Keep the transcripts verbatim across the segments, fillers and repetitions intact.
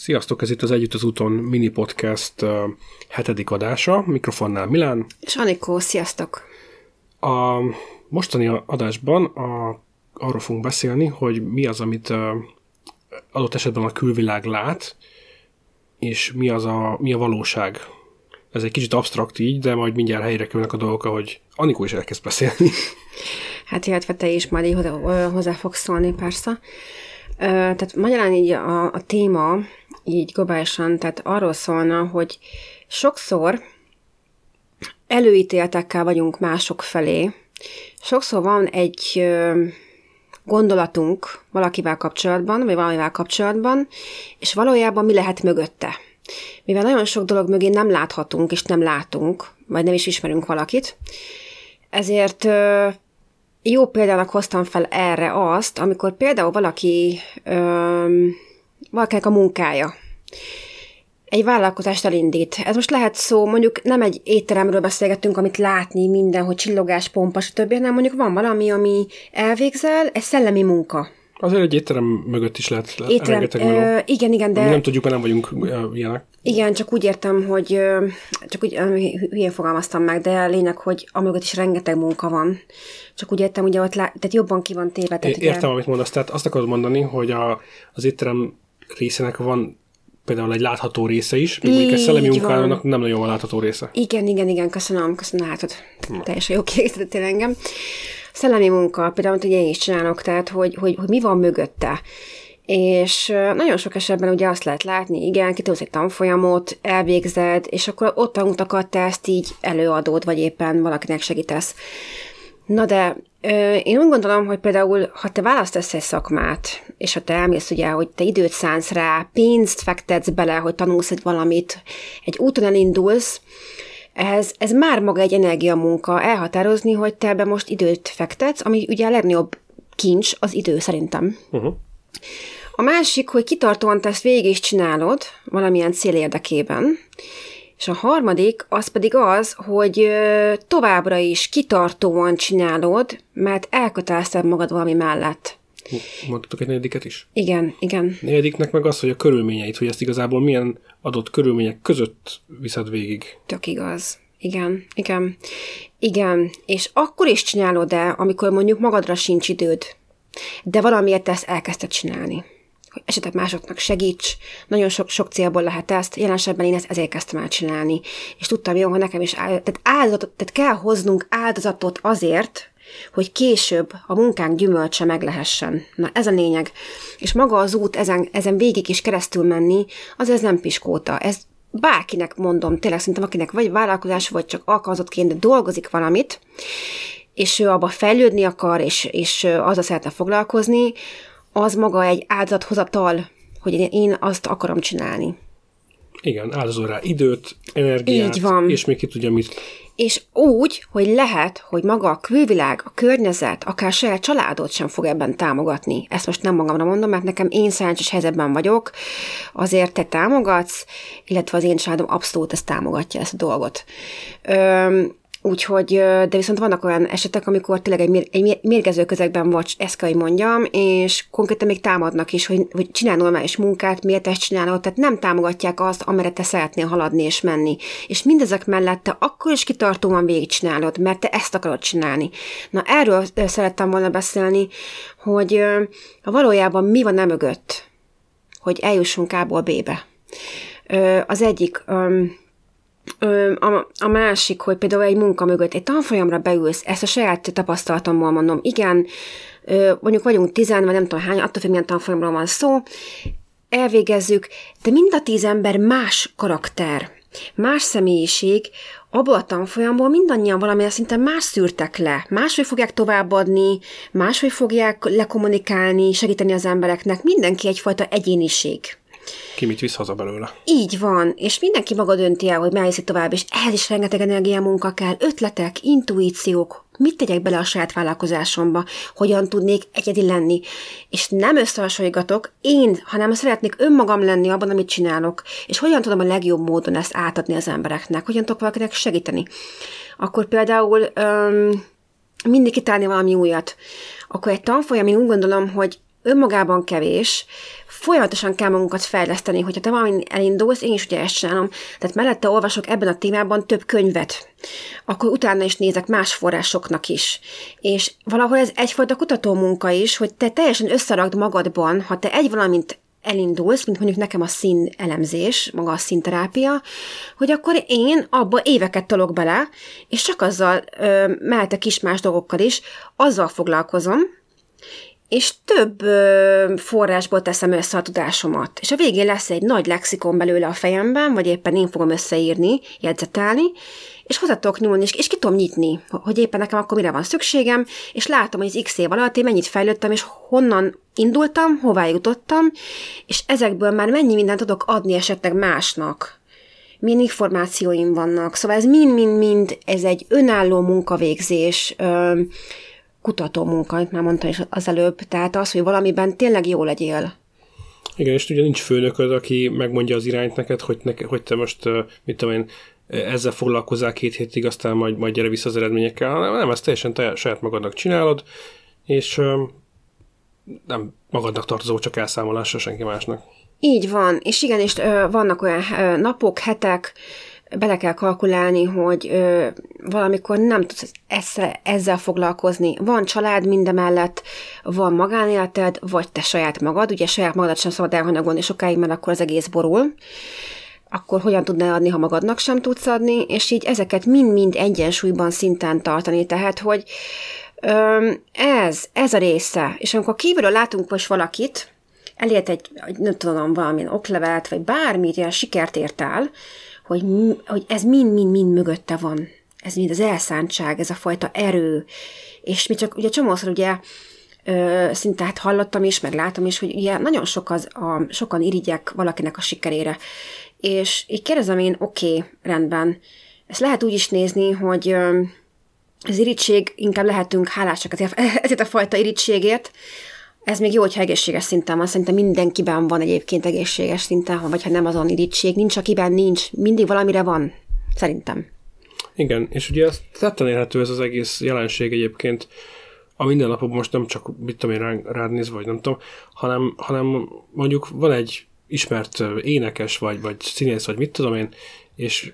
Sziasztok, ez itt az Együtt az úton mini podcast uh, hetedik adása, mikrofonnál Milán. És Anikó, sziasztok! A mostani adásban a, arról fogunk beszélni, hogy mi az, amit uh, adott esetben a külvilág lát, és mi, az a, mi a valóság. Ez egy kicsit absztrakt így, de majd mindjárt helyre kerülnek a dolgok, ahogy Anikó is elkezd beszélni. Hát illetve te is majd hozzá, hozzá fogsz szólni, persze. Tehát magyarán így a, a téma így globálisan, tehát arról szólna, hogy sokszor előítéltekkel vagyunk mások felé. Sokszor van egy gondolatunk valakivel kapcsolatban, vagy valamivel kapcsolatban, és valójában mi lehet mögötte. Mivel nagyon sok dolog mögé nem láthatunk, és nem látunk, vagy nem is ismerünk valakit, ezért jó példának hoztam fel erre azt, amikor például valaki, öm, valakinek a munkája, egy vállalkozást elindít. Ez most lehet szó, mondjuk nem egy étteremről beszélgetünk, amit látni minden, hogy csillogás, pompa, stb., hanem mondjuk van valami, ami elvégzel, egy szellemi munka. Azért egy étterem mögött is lehet étterem, rengeteg meló. Igen, igen, de... Nem tudjuk, mert nem vagyunk ö, ilyenek. Igen, csak úgy értem, hogy ö, csak úgy hülyén fogalmaztam meg, de a lényeg, hogy amögött is rengeteg munka van. Csak úgy értem, ugye ott lá... tehát jobban ki van téve. Tehát Értem, ugye... amit mondasz. Tehát azt akarod mondani, hogy a, az étterem részének van például egy látható része is, még mondjuk egy szellemi munkának nem nagyon van látható része. Igen, igen, igen, köszönöm, köszönöm, látod. Teljesen jó kiegészítettél engem. Szellemi munka, például, hogy én is csinálok, tehát, hogy, hogy, hogy mi van mögötte. És nagyon sok esetben ugye azt lehet látni, igen, kitolsz egy tanfolyamot, elvégzed, és akkor ott tanultakat te ezt így előadod, vagy éppen valakinek segítesz. Na de ö, én úgy gondolom, hogy például, ha te választasz egy szakmát, és ha te elmész ugye, hogy te időt szánsz rá, pénzt fektetsz bele, hogy tanulsz egy valamit, egy úton elindulsz, ez, ez már maga egy energiamunka elhatározni, hogy te ebbe most időt fektetsz, ami ugye a legnagyobb kincs az idő szerintem. Uh-huh. A másik, hogy kitartóan te ezt végig is csinálod valamilyen cél érdekében, és a harmadik, az pedig az, hogy továbbra is kitartóan csinálod, mert elkötelezted magad valami mellett. Mondtuk egy negyediket is? Igen, igen. Negyediknek meg az, hogy a körülményeit, hogy ezt igazából milyen adott körülmények között viszed végig. Tök igaz. Igen, igen. Igen, és akkor is csinálod el, amikor mondjuk magadra sincs időd, de valamiért ezt elkezdted csinálni. Hogy esetleg másoknak segíts, nagyon sok, sok célból lehet ezt, jelen esetben én ezt ezért kezdtem el csinálni. És tudtam jó, hogy nekem is áld, tehát áldozatot, tehát kell hoznunk áldozatot azért, hogy később a munkánk gyümölcse meg lehessen. Na ez a lényeg. És maga az út ezen, ezen végig is keresztül menni, az ez nem piskóta. Ez bárkinek mondom, tényleg szerintem akinek vagy vállalkozás, vagy csak alkalmazottként dolgozik valamit, és ő abba fejlődni akar, és, és azzal szeretne foglalkozni, az maga egy áldozathozatal, hogy én azt akarom csinálni. Igen, áldozol rá időt, energiát, így van. És még ki tudja mit. És úgy, hogy lehet, hogy maga a külvilág, a környezet, akár saját családot sem fog ebben támogatni. Ezt most nem magamra mondom, mert nekem én szerencsés helyzetben vagyok, azért te támogatsz, illetve az én családom abszolút ezt támogatja, ezt a dolgot. Öm, Úgyhogy, de viszont vannak olyan esetek, amikor tényleg egy, mér, egy mérgező közegben vagy, ezt kell, hogy mondjam, és konkrétan még támadnak is, hogy, hogy csinál normális munkát, miért ezt csinálod, tehát nem támogatják azt, amire te szeretnél haladni és menni. És mindezek mellett te akkor is kitartóan végigcsinálod, mert te ezt akarod csinálni. Na erről szerettem volna beszélni, hogy valójában mi van nem mögött, hogy eljussunk A-ból B-be. Az egyik... A, a másik, hogy például egy munka mögött egy tanfolyamra beülsz, ezt a saját tapasztalatomból mondom, igen, mondjuk vagyunk tizen, vagy nem tudom hány, attól függ, milyen tanfolyamról van szó, elvégezzük, de mind a tíz ember más karakter, más személyiség, abból a tanfolyamból mindannyian valamilyen szinten más szűrtek le, máshogy fogják továbbadni, máshogy fogják lekommunikálni, segíteni az embereknek, mindenki egyfajta egyéniség. Ki mit visz haza belőle. Így van, és mindenki maga dönti el, hogy mellészít tovább, és ehhez is rengeteg energiamunka kell, ötletek, intuíciók, mit tegyek bele a saját vállalkozásomba, hogyan tudnék egyedi lenni. És nem összehasonlítgatok én, hanem szeretnék önmagam lenni abban, amit csinálok, és hogyan tudom a legjobb módon ezt átadni az embereknek, hogyan tudok valakinek segíteni. Akkor például öm, mindig kitálni valami újat. Akkor egy tanfolyam, én úgy gondolom, hogy önmagában kevés, folyamatosan kell magunkat fejleszteni, hogyha te valami elindulsz, én is ugye ezt csinálom, tehát mellette olvasok ebben a témában több könyvet, akkor utána is nézek más forrásoknak is. És valahol ez egyfajta kutatómunka is, hogy te teljesen összerakd magadban, ha te egy valamint elindulsz, mint mondjuk nekem a szín elemzés, maga a színterápia, hogy akkor én abba éveket tolok bele, és csak azzal, ö, mellette kis más dolgokkal is, azzal foglalkozom, és több ö, forrásból teszem össze a tudásomat. És a végén lesz egy nagy lexikon belőle a fejemben, vagy éppen én fogom összeírni, jegyzetelni, és hozzá tudok nyúlni, és, és ki tudom nyitni, hogy éppen nekem akkor mire van szükségem, és látom, hogy az x év alatt én mennyit fejlődtem, és honnan indultam, hová jutottam, és ezekből már mennyi mindent tudok adni esetleg másnak. Milyen információim vannak. Szóval ez mind-mind-mind, ez egy önálló munkavégzés, ö, kutató munka, amit már mondtam is az előbb, tehát az, hogy valamiben tényleg jó legyél. Igen, és ugye nincs főnököd, aki megmondja az irányt neked, hogy, neke, hogy te most, mit tudom én, ezzel foglalkozzál két hétig, aztán majd, majd gyere vissza az eredményekkel, hanem nem, ezt teljesen te saját magadnak csinálod, és nem magadnak tartozó, csak elszámolásra senki másnak. Így van, és igen, és ö, vannak olyan ö, napok, hetek, bele kell kalkulálni, hogy ö, valamikor nem tudsz ezzel, ezzel foglalkozni. Van család mindemellett, van magánéleted, vagy te saját magad, ugye saját magadat sem szabad elhanyagolni sokáig, mert akkor az egész borul. Akkor hogyan tudnál adni, ha magadnak sem tudsz adni, és így ezeket mind-mind egyensúlyban szinten tartani. Tehát, hogy ö, ez, ez a része. És amikor kívülről látunk most valakit, elért egy, nem tudom, valamilyen oklevelet, vagy bármit, ilyen sikert ért el, hogy, hogy ez mind-mind-mind mögötte van. Ez mind az elszántság, ez a fajta erő. És mi csak ugye csomószor ugye ö, szinte hát hallottam is, meg látom is, hogy ugye nagyon sok az, a, sokan irigyek valakinek a sikerére. És így kérdezem én, oké, okay, rendben. Ezt lehet úgy is nézni, hogy ö, az irigység, inkább lehetünk hálásak ezért a fajta irigysségért. Ez még jó, hogyha egészséges szinten van. Szerintem mindenkiben van egyébként egészséges szinten, vagy ha nem azon irigység. Nincs, akiben nincs. Mindig valamire van. Szerintem. Igen, és ugye ez tetten érhető ez az egész jelenség egyébként a mindennapokban, most nem csak mit tudom én rád nézve, vagy nem tudom, hanem, hanem mondjuk van egy ismert énekes, vagy, vagy színész, vagy mit tudom én, és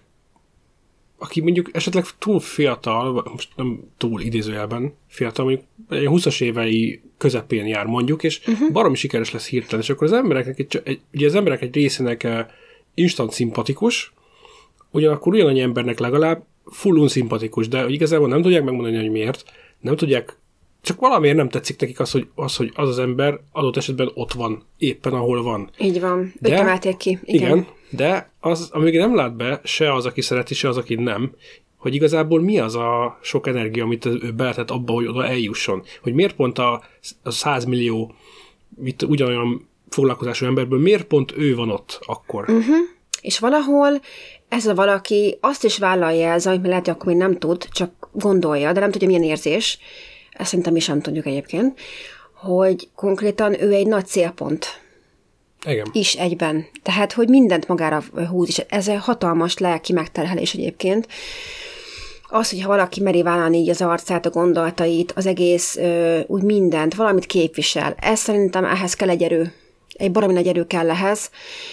aki mondjuk esetleg túl fiatal, most nem túl idézőjelben fiatal, mondjuk egy húszas évei közepén jár mondjuk, és uh-huh. baromi sikeres lesz hirtelen, és akkor az embereknek egy, egy, ugye az emberek egy részének instant szimpatikus, ugyanakkor ugyanannyi embernek legalább full unszimpatikus, de igazából nem tudják megmondani, hogy miért, nem tudják, csak valamiért nem tetszik nekik az, hogy az, hogy az, az ember adott esetben ott van, éppen ahol van. Így van, őt emelték ki. Igen, igen, de az, amíg nem lát be se az, aki szereti, se az, aki nem, hogy igazából mi az a sok energia, amit ő beletett abba, hogy oda eljusson. Hogy miért pont a, a százmillió mit, ugyanolyan foglalkozású emberből, miért pont ő van ott akkor? Uh-huh. És valahol ez a valaki azt is vállalja el, amit lehet, hogy akkor még nem tud, csak gondolja, de nem tudja, milyen érzés, ezt szerintem mi sem tudjuk egyébként, hogy konkrétan ő egy nagy célpont. Igen. Is egyben. Tehát, hogy mindent magára húz, és ez egy hatalmas lelki megterhelés egyébként. Az, hogyha valaki meri vállalni így az arcát, a gondolatait, az egész, ö, úgy mindent, valamit képvisel. Ez szerintem ehhez kell egy erő. Egy baromi nagy erő kell ehhez.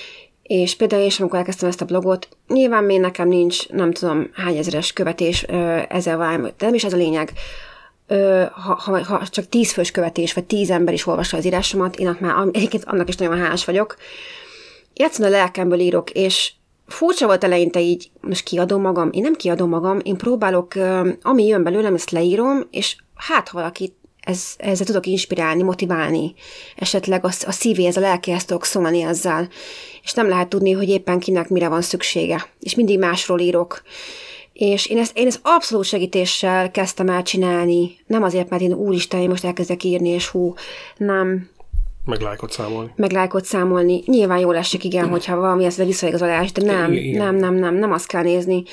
És például én, amikor elkezdtem ezt a blogot, nyilván még nekem nincs, nem tudom, hány ezeres követés ö, ezzel valami, de nem is ez a lényeg. Ö, ha, ha, ha csak tíz fős követés, vagy tíz ember is olvassa az írásomat, én már egyébként annak is nagyon hálás vagyok. Egyszerűen a lelkemből írok, és furcsa volt eleinte így, most kiadom magam, én nem kiadom magam, én próbálok, ami jön belőlem, ezt leírom, és hát ha valakit ez, ezzel tudok inspirálni, motiválni, esetleg a, a szívéhez, a lelkéhez tudok szólni ezzel, és nem lehet tudni, hogy éppen kinek mire van szüksége, és mindig másról írok. És én ezt, én ezt abszolút segítéssel kezdtem el csinálni, nem azért, mert én úristen, én most elkezdek írni, és hú, nem. Meg lájkot számolni. Meg lájkot számolni. Nyilván jól esik, igen, hogyha valami ez a visszaigazolás, de nem, igen. nem, nem, nem, nem azt kell nézni.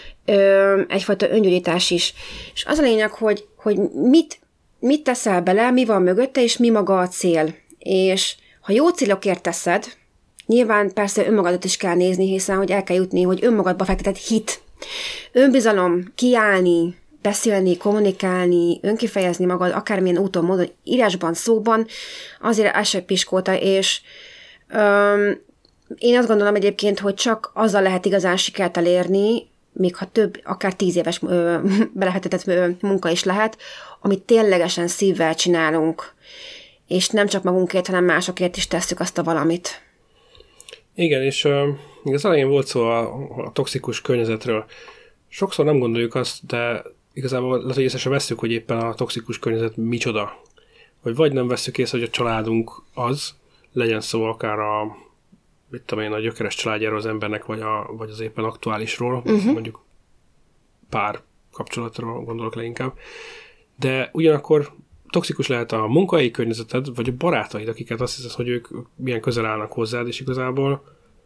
Ö, egyfajta öngyógyítás is. És az a lényeg, hogy, hogy mit, mit teszel bele, mi van mögötte, és mi maga a cél. És ha jó célokért teszed, nyilván persze önmagadat is kell nézni, hiszen hogy el kell jutni, hogy önmagadba fektetett hit, önbizalom, kiállni, beszélni, kommunikálni, önkifejezni magad, akármilyen úton, módon, írásban, szóban, azért ez se piskóta, és öm, én azt gondolom egyébként, hogy csak azzal lehet igazán sikert elérni, még ha több, akár tíz éves ö, belefektetett ö, munka is lehet, amit ténylegesen szívvel csinálunk, és nem csak magunkért, hanem másokért is tesszük azt a valamit. Igen, és uh, az elején volt szó a, a toxikus környezetről. Sokszor nem gondoljuk azt, de igazából lehet, hogy észre sem vesszük, hogy éppen a toxikus környezet micsoda. Vagy vagy nem vesszük észre, hogy a családunk az, legyen szó akár a mit tudom én, a gyökeres családjáról az embernek, vagy, a, vagy az éppen aktuálisról, uh-huh. mondjuk pár kapcsolatról gondolok leginkább. De ugyanakkor toxikus lehet a munkahelyi környezeted, vagy a barátaid, akiket azt hiszed, hogy ők milyen közel állnak hozzád, és igazából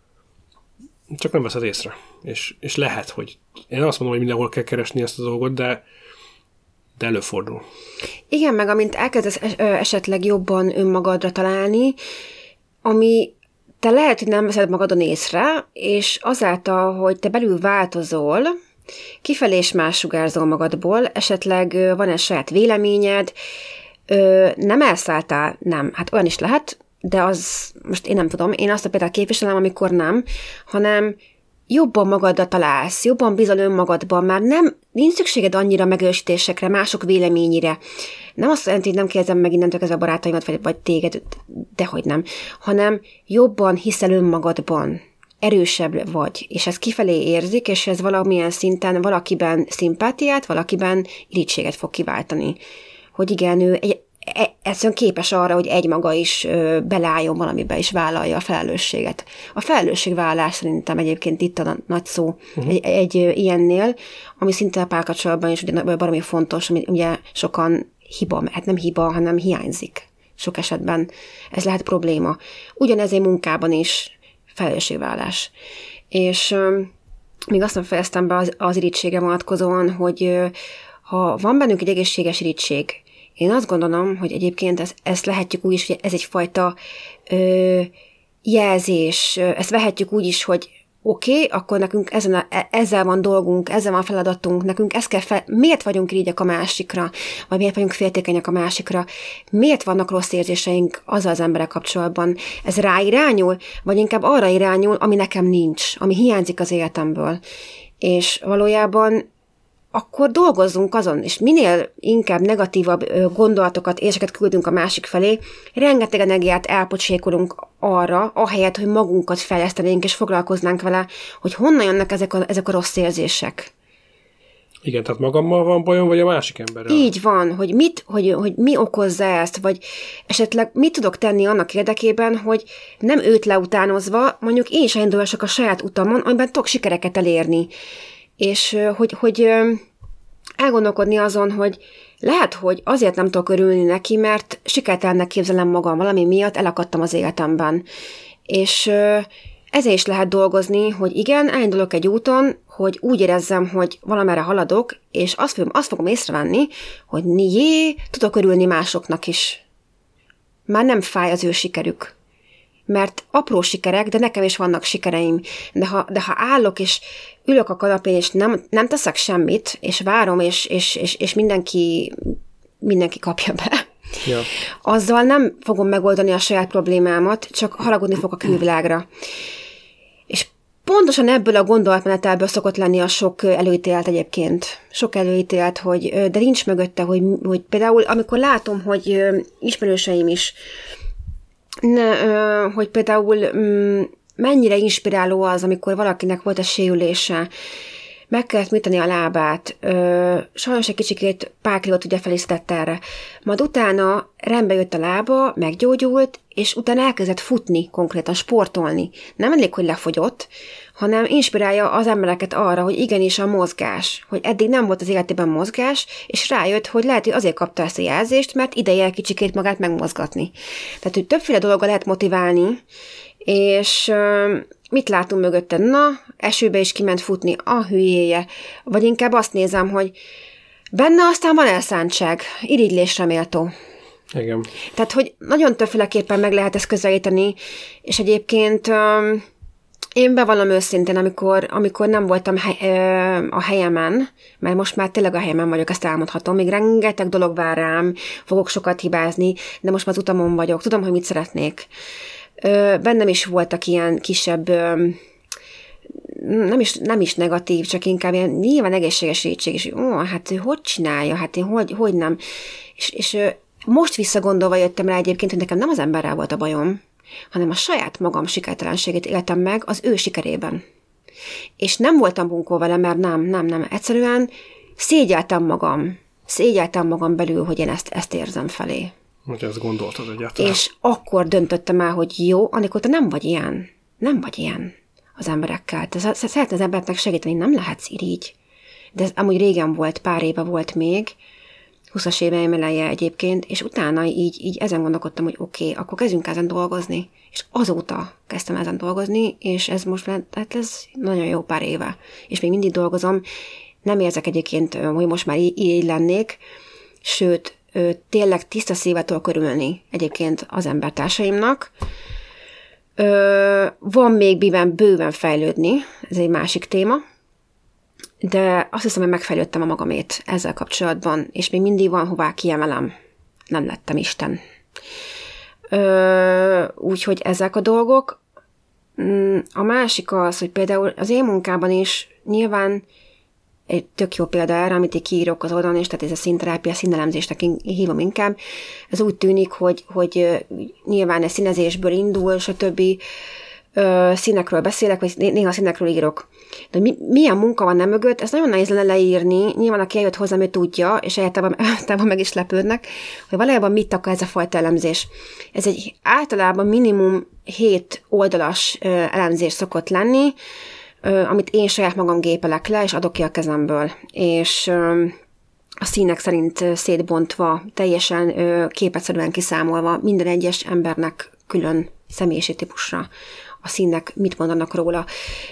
csak nem veszed észre. És, és lehet, hogy én azt mondom, hogy mindenhol kell keresni ezt a dolgot, de, de előfordul. Igen, meg amint elkezdesz esetleg jobban önmagadra találni, ami te lehet, hogy nem veszed magadon észre, és azáltal, hogy te belül változol, kifelé is más sugárzol magadból, esetleg van egy saját véleményed, nem elszálltál, nem, hát olyan is lehet, de az, most én nem tudom, én azt a például képviselem, amikor nem, hanem jobban magadra találsz, jobban bízol önmagadban, már nem, nincs szükséged annyira megerősítésekre, mások véleményére. Nem azt jelenti, hogy nem kérdezem meg innentől kezdve a barátaimat, vagy, vagy téged, dehogy nem, hanem jobban hiszel önmagadban, erősebb vagy, és ez kifelé érzik, és ez valamilyen szinten valakiben szimpátiát, valakiben irítséget fog kiváltani. Hogy igen, ő egy, egyszerűen képes arra, hogy egymaga is ö, beleálljon valamibe, és vállalja a felelősséget. A felelősségvállalás szerintem egyébként itt a nagy szó uh-huh. egy, egy ilyennél, ami szinte a párkapcsolatban is ugye valami fontos, ami ugye sokan hiba, hát nem hiba, hanem hiányzik sok esetben. Ez lehet probléma. Ugyanezért munkában is felelősségvállalás. És ö, még azt nem fejeztem be az, az irítségre vonatkozóan, hogy ö, ha van bennünk egy egészséges irítség, én azt gondolom, hogy egyébként ezt, ezt lehetjük úgy is, hogy ez egyfajta ö, jelzés, ezt vehetjük úgy is, hogy oké, okay, akkor nekünk ezen a, ezzel van dolgunk, ezzel van feladatunk, nekünk ezt kell fel, miért vagyunk irigyek a másikra, vagy miért vagyunk féltékenyek a másikra, miért vannak rossz érzéseink azzal az emberek kapcsolatban, ez ráirányul, vagy inkább arra irányul, ami nekem nincs, ami hiányzik az életemből. És valójában akkor dolgozzunk azon, és minél inkább negatívabb gondolatokat, érzéseket küldünk a másik felé, rengeteg energiát elpocsékolunk arra, ahelyett, hogy magunkat fejlesztenénk, és foglalkoznánk vele, hogy honnan jönnek ezek a, ezek a rossz érzések. Igen, tehát magammal van bajom, vagy a másik emberrel? Így van, hogy, mit, hogy, hogy mi okozza ezt, vagy esetleg mit tudok tenni annak érdekében, hogy nem őt leutánozva, mondjuk én is elindulhassak a saját utamon, amiben tudok sikereket elérni. És hogy, hogy elgondolkodni azon, hogy lehet, hogy azért nem tudok örülni neki, mert sikertelennek képzelem magam valami miatt, elakadtam az életemben. És ezért is lehet dolgozni, hogy igen, elindulok egy úton, hogy úgy érezzem, hogy valamerre haladok, és azt fogom, azt fogom észrevenni, hogy jé, tudok örülni másoknak is. Már nem fáj az ő sikerük. Mert apró sikerek, de nekem is vannak sikereim. De ha, de ha állok, és ülök a kanapén, és nem, nem teszek semmit, és várom, és, és, és, és mindenki, mindenki kapja be, ja. azzal nem fogom megoldani a saját problémámat, csak haragudni fog a külvilágra. És pontosan ebből a gondolatmenetelből szokott lenni a sok előítélet egyébként. Sok előítélet, hogy, de nincs mögötte, hogy, hogy például amikor látom, hogy ismerőseim is, Ne, hogy például mennyire inspiráló az, amikor valakinek volt a sérülése, meg kellett műteni a lábát, sajnos egy kicsikét pár kilót ugye felésztett erre, majd utána rendbe jött a lába, meggyógyult, és utána elkezdett futni, konkrétan sportolni. Nem elég, hogy lefogyott, hanem inspirálja az embereket arra, hogy igenis a mozgás, hogy eddig nem volt az életében mozgás, és rájött, hogy lehet, hogy azért kapta ezt a jelzést, mert ideje el kicsikét magát megmozgatni. Tehát, hogy többféle dologgal lehet motiválni, és mit látunk mögötte? Na, esőbe is kiment futni, a hülyéje. Vagy inkább azt nézem, hogy benne aztán van elszántság, irigylésre méltó. Igen. Tehát, hogy nagyon többféleképpen meg lehet ezt közelíteni, és egyébként Én bevallom őszintén, amikor, amikor nem voltam hely, ö, a helyemen, mert most már tényleg a helyemen vagyok, ezt elmondhatom, még rengeteg dolog vár rám, fogok sokat hibázni, de most már az utamon vagyok, tudom, hogy mit szeretnék. Ö, bennem is voltak ilyen kisebb, ö, nem, is, nem is negatív, csak inkább ilyen nyilván egészséges rétség, és ó, hát ő hogy csinálja, hát én hogy, hogy nem. És, és ö, most visszagondolva jöttem rá egyébként, hogy nekem nem az emberrel volt a bajom, hanem a saját magam sikertelenségét éltem meg az ő sikerében. És nem voltam bunkó vele, mert nem, nem, nem. Egyszerűen szégyeltem magam. Szégyeltem magam belül, hogy én ezt, ezt érzem felé. Hogy ezt gondoltad egyáltalán. És akkor döntöttem el, hogy jó, Anikó, te nem vagy ilyen. Nem vagy ilyen az emberekkel. Te szeretnél az embereknek segíteni, nem lehetsz így. De ez amúgy régen volt, pár éve volt még, húszas éveim eleje egyébként, és utána így, így ezen gondolkodtam, hogy oké, okay, akkor kezdjünk ezen dolgozni. És azóta kezdtem ezen dolgozni, és ez most már, hát ez nagyon jó pár éve. És még mindig dolgozom. Nem érzek egyébként, hogy most már így, így lennék, sőt, tényleg tiszta szívetől körülni egyébként az embertársaimnak. Van még miben bőven fejlődni, ez egy másik téma, de azt hiszem, hogy megfejlődtem a magamét ezzel kapcsolatban, és még mindig van hová kiemelem. Nem lettem Isten. Úgyhogy ezek a dolgok. A másik az, hogy például az én munkában is nyilván egy tök jó példa erre, amit én kiírok az oldalon is, tehát ez a színterápia, színelemzésnek hívom inkább. Ez úgy tűnik, hogy, hogy nyilván ez színezésből indul, stb. Színekről beszélek, vagy néha színekről írok. De mi, milyen munka van nem mögött, ez nagyon nehéz lenne leírni. Nyilván, aki eljött hozzám, ő tudja, és általában meg is lepődnek, hogy valójában mit akar ez a fajta elemzés. Ez egy általában minimum hét oldalas elemzés szokott lenni, amit én saját magam gépelek le, és adok ki a kezemből. És a színek szerint szétbontva, teljesen képetszerűen kiszámolva, minden egyes embernek külön személyiségtípusra a színek mit mondanak róla.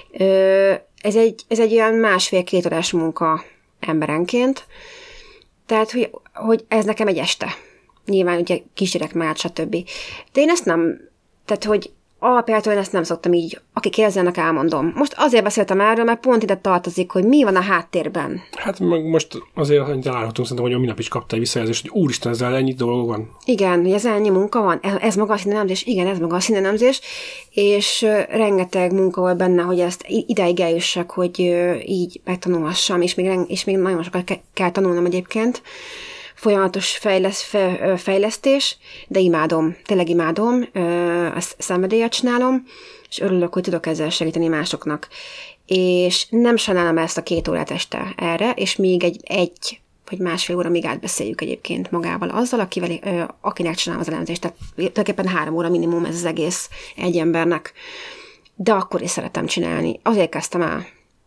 Ez egy, ez egy olyan másfél-két órás munka emberenként, tehát, hogy, hogy ez nekem egy este. Nyilván ugye kisgyerek már, stb. De én ezt nem, tehát, hogy alapjától én ezt nem szoktam így, akik érzelnek, elmondom. Most azért beszéltem erről, mert pont ide tartozik, hogy mi van a háttérben. Hát meg most azért találhatunk szerintem, hogy a minap is kapta egy visszajelzést, hogy úristen, ezzel ennyi dolog van. Igen, hogy ez ennyi munka van, ez maga a színelemzés, igen, ez maga a színelemzés, és rengeteg munka volt benne, hogy ezt ideig eljussak, hogy így megtanulhassam, és még, és még nagyon sokat kell tanulnom egyébként. Folyamatos fejlesz, fejlesztés, de imádom, tényleg imádom, ezt szenvedélyet csinálom, és örülök, hogy tudok ezzel segíteni másoknak. És nem sajnálom ezt a két órát este erre, és még egy, egy vagy másfél óra még átbeszéljük egyébként magával azzal, akivel, akinek csinálom az elemzést. Tehát tulajdonképpen három óra minimum ez az egész egy embernek. De akkor is szeretem csinálni. Azért kezdtem el.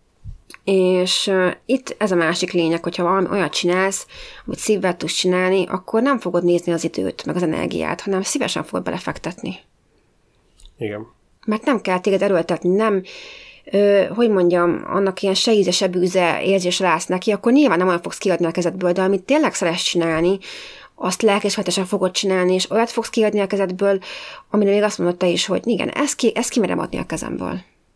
És uh, itt ez a másik lényeg, hogyha valami olyat csinálsz, amit szívvel tudsz csinálni, akkor nem fogod nézni az időt, meg az energiát, hanem szívesen fogod belefektetni. Igen. Mert nem kell téged erőltetni, nem, ö, hogy mondjam, annak ilyen se íze, se bűze érzés rász neki, akkor nyilván nem olyan fogsz kiadni a kezedből, de amit tényleg szeretsz csinálni, azt lelkismeretesen fogod csinálni, és olyat fogsz kiadni a kezedből, amire még azt mondod te is, hogy igen, ezt, ki, ezt kimerem adni a kezemből.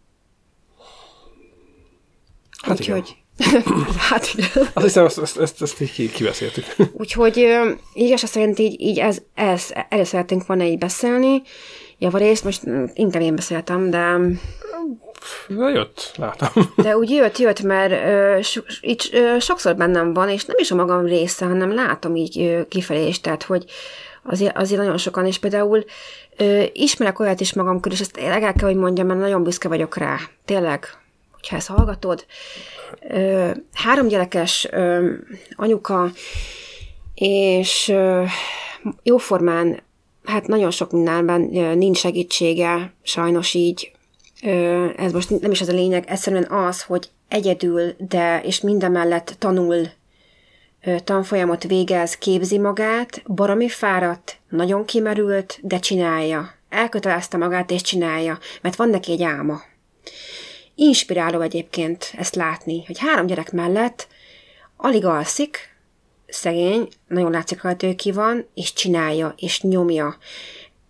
Hát Úgyhogy, igen. hát igen. Azt hiszem, ezt, ezt, ezt, ezt így kiveszéltük. Úgyhogy igazság szerint így, így ez, ez, erről szeretnénk volna így beszélni. Javarészt, most inkább én beszéltem, de... De jött, látom. De úgy jött, jött, mert ö, so, így ö, sokszor bennem van, és nem is a magam része, hanem látom így ö, kifelé is, tehát, hogy azért, azért nagyon sokan, és például ö, ismerek olyat is magam körül, és ezt el kell, hogy mondjam, mert nagyon büszke vagyok rá. Tényleg, hogyha ezt hallgatod. Ö, három gyerekes ö, anyuka, és ö, jóformán, hát nagyon sok mindenben ö, nincs segítsége, sajnos így. Ö, ez most nem is az a lényeg, egyszerűen az, hogy egyedül, de és minden mellett tanul, ö, tanfolyamot végez, képzi magát, baromi fáradt, nagyon kimerült, de csinálja. Elkötelezte magát és csinálja, mert van neki egy álma. Inspiráló egyébként ezt látni, hogy három gyerek mellett alig alszik, szegény, nagyon látszik rajta, ő ki van, és csinálja, és nyomja.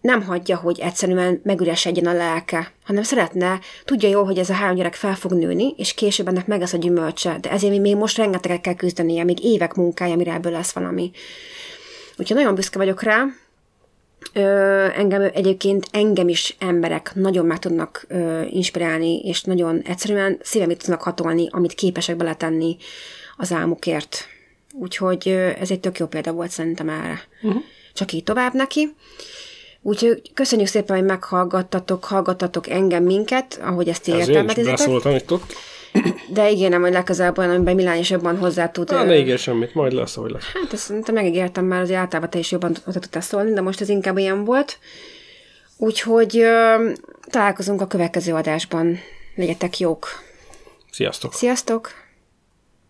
nem hagyja, hogy egyszerűen megüresedjen a lelke, hanem szeretne, tudja jól, hogy ez a három gyerek fel fog nőni, és később ennek meg lesz a gyümölcse, de ezért még most rengeteget kell küzdenie, még évek munkája, mire ebből lesz valami. Úgyhogy nagyon büszke vagyok rá. Ö, engem egyébként engem is emberek nagyon meg tudnak ö, inspirálni, és nagyon egyszerűen szívemét tudnak hatolni, amit képesek beletenni az álmukért. Úgyhogy ö, ez egy tök jó példa volt szerintem erre. Uh-huh. Csak így tovább neki. Úgyhogy köszönjük szépen, hogy meghallgattatok, hallgattatok engem, minket, ahogy ezt így értelmezitek. Ez én is beszóltam itt ott. De ígérem, hogy legközelebb olyan, amiben Milán is jobban hozzá tud... Há, ne ígér semmit, majd lesz, ahogy lesz. Hát ezt te megígértem már, azért általában te is jobban hozzá tudtál szólni, de most ez inkább ilyen volt. Úgyhogy ö, találkozunk a következő adásban. Legyetek jók! Sziasztok! Sziasztok!